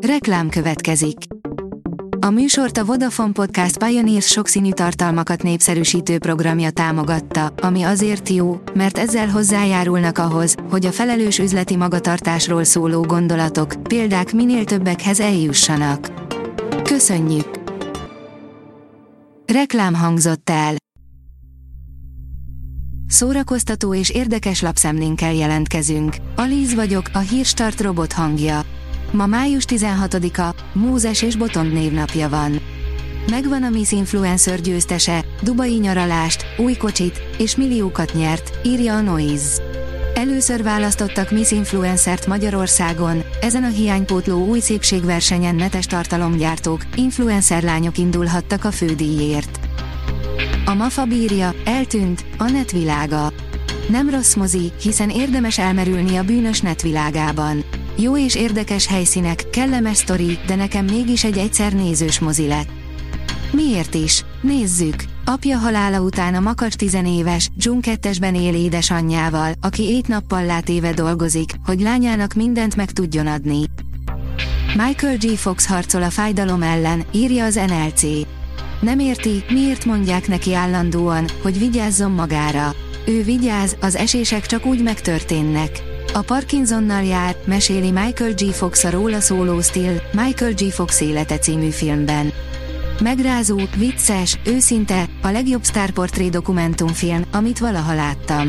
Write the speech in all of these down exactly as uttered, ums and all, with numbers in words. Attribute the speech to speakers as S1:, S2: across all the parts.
S1: Reklám következik. A műsort a Vodafone Podcast Pioneers sokszínű tartalmakat népszerűsítő programja támogatta, ami azért jó, mert ezzel hozzájárulnak ahhoz, hogy a felelős üzleti magatartásról szóló gondolatok, példák minél többekhez eljussanak. Köszönjük! Reklám hangzott el. Szórakoztató és érdekes lapszemlénkkel jelentkezünk. Alíz vagyok, a Hírstart robot hangja. Ma május tizenhatodika, Mózes és Botond névnapja van. Megvan a Miss Influencer győztese, dubai nyaralást, új kocsit, és milliókat nyert, írja a Noise. Először választottak Miss Influencert Magyarországon, ezen a hiánypótló új szépségversenyen netes tartalomgyártók, influencer lányok indulhattak a fődíjért. A MAFA bírja, eltűnt, a netvilága. Nem rossz mozi, hiszen érdemes elmerülni a bűnös netvilágában. Jó és érdekes helyszínek, kellemes sztori, de nekem mégis egy egyszer nézős mozi lett. Miért is? Nézzük! Apja halála után a makacs tizenéves, June kettesben él édesanyjával, aki éjt-nappal látéve dolgozik, hogy lányának mindent meg tudjon adni. Michael J. Fox harcol a fájdalom ellen, írja az en el cé. Nem érti, miért mondják neki állandóan, hogy vigyázzon magára. Ő vigyáz, az esések csak úgy megtörténnek. A Parkinsonnal jár, meséli Michael J. Fox a róla szóló Still, Michael J. Fox élete című filmben. Megrázó, vicces, őszinte, a legjobb sztárportré dokumentumfilm, amit valaha láttam.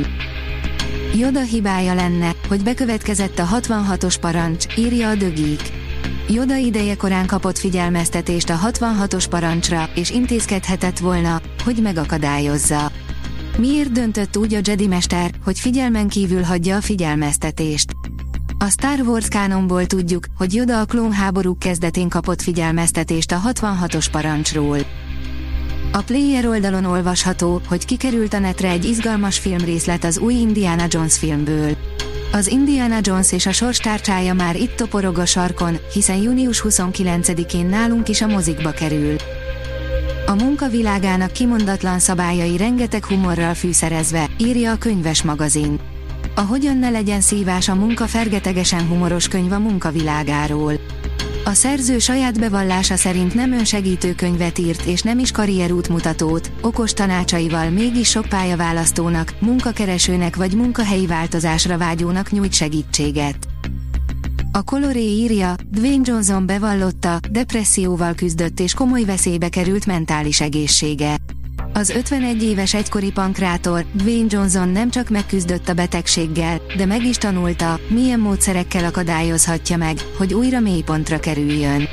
S1: Yoda hibája lenne, hogy bekövetkezett a hatvanhatos parancs, írja a The Geek. Yoda idejekorán kapott figyelmeztetést a hatvanhatos parancsra, és intézkedhetett volna, hogy megakadályozza. Miért döntött úgy a Jedi mester, hogy figyelmen kívül hagyja a figyelmeztetést? A Star Wars kánonból tudjuk, hogy Yoda a klónháborúk kezdetén kapott figyelmeztetést a hatvanhatos parancsról. A Player oldalon olvasható, hogy kikerült a netre egy izgalmas filmrészlet az új Indiana Jones filmből. Az Indiana Jones és a sorstárcsája már itt toporog a sarkon, hiszen június huszonkilencedikén nálunk is a mozikba kerül. A munka világának kimondatlan szabályai rengeteg humorral fűszerezve, írja a Könyves magazin. A Hogyan ne legyen szívás a munka fergetegesen humoros könyv a munkavilágáról. A szerző saját bevallása szerint nem önsegítő könyvet írt és nem is karrierútmutatót, okos tanácsaival mégis sok pályaválasztónak, munkakeresőnek vagy munkahelyi változásra vágyónak nyújt segítséget. A Coloré írja, Dwayne Johnson bevallotta, depresszióval küzdött és komoly veszélybe került mentális egészsége. Az ötvenegy éves egykori pankrátor, Dwayne Johnson nem csak megküzdött a betegséggel, de meg is tanulta, milyen módszerekkel akadályozhatja meg, hogy újra mélypontra kerüljön.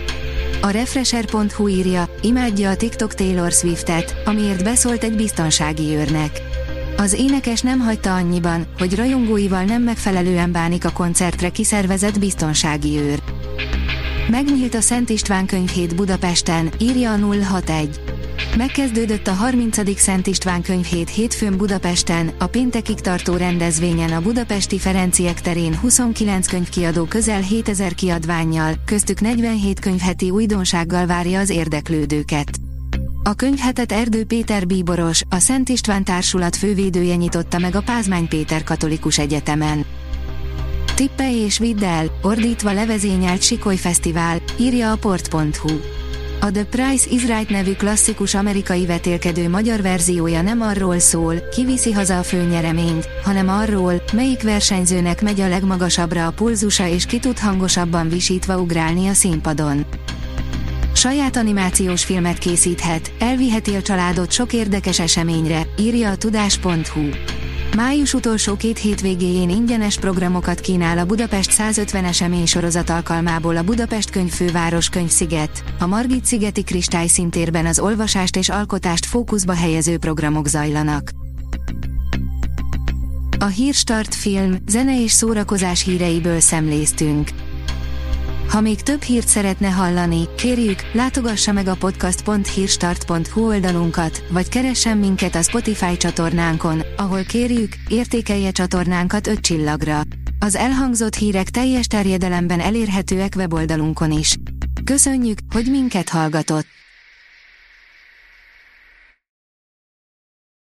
S1: A Refresher pont hu írja, imádja a TikTok Taylor Swiftet, amiért beszólt egy biztonsági őrnek. Az énekes nem hagyta annyiban, hogy rajongóival nem megfelelően bánik a koncertre kiszervezett biztonsági őr. Megnyílt a Szent István könyvhét Budapesten, írja a nulla hatvanegy. Megkezdődött a harmincadik Szent István könyvhét hétfőn Budapesten, a péntekig tartó rendezvényen a budapesti Ferenciek terén huszonkilenc könyvkiadó közel hétezer kiadvánnyal, köztük negyvenhét könyvheti újdonsággal várja az érdeklődőket. A könyvhetet Erdő Péter bíboros, a Szent István Társulat fővédője nyitotta meg a Pázmány Péter Katolikus Egyetemen. Tippelj és vidd el, ordítva levezényelt Sikoly Fesztivál, írja a port pont hu. A The Price is Right nevű klasszikus amerikai vetélkedő magyar verziója nem arról szól, ki viszi haza a főnyereményt, hanem arról, melyik versenyzőnek megy a legmagasabbra a pulzusa és ki tud hangosabban visítva ugrálni a színpadon. Saját animációs filmet készíthet, elviheti a családot sok érdekes eseményre, írja a tudás pont hu. Május utolsó két hétvégéjén ingyenes programokat kínál a Budapest százötven esemény sorozat alkalmából a Budapest Könyvfőváros Könyvsziget. A Margit-szigeti Kristályszíntérben az olvasást és alkotást fókuszba helyező programok zajlanak. A Hírstart film, zene és szórakozás híreiből szemléztünk. Ha még több hírt szeretne hallani, kérjük, látogassa meg a podcast pont hírstart pont hu oldalunkat, vagy keressen minket a Spotify csatornánkon, ahol kérjük, értékelje csatornánkat öt csillagra. Az elhangzott hírek teljes terjedelemben elérhetőek weboldalunkon is. Köszönjük, hogy minket hallgatott!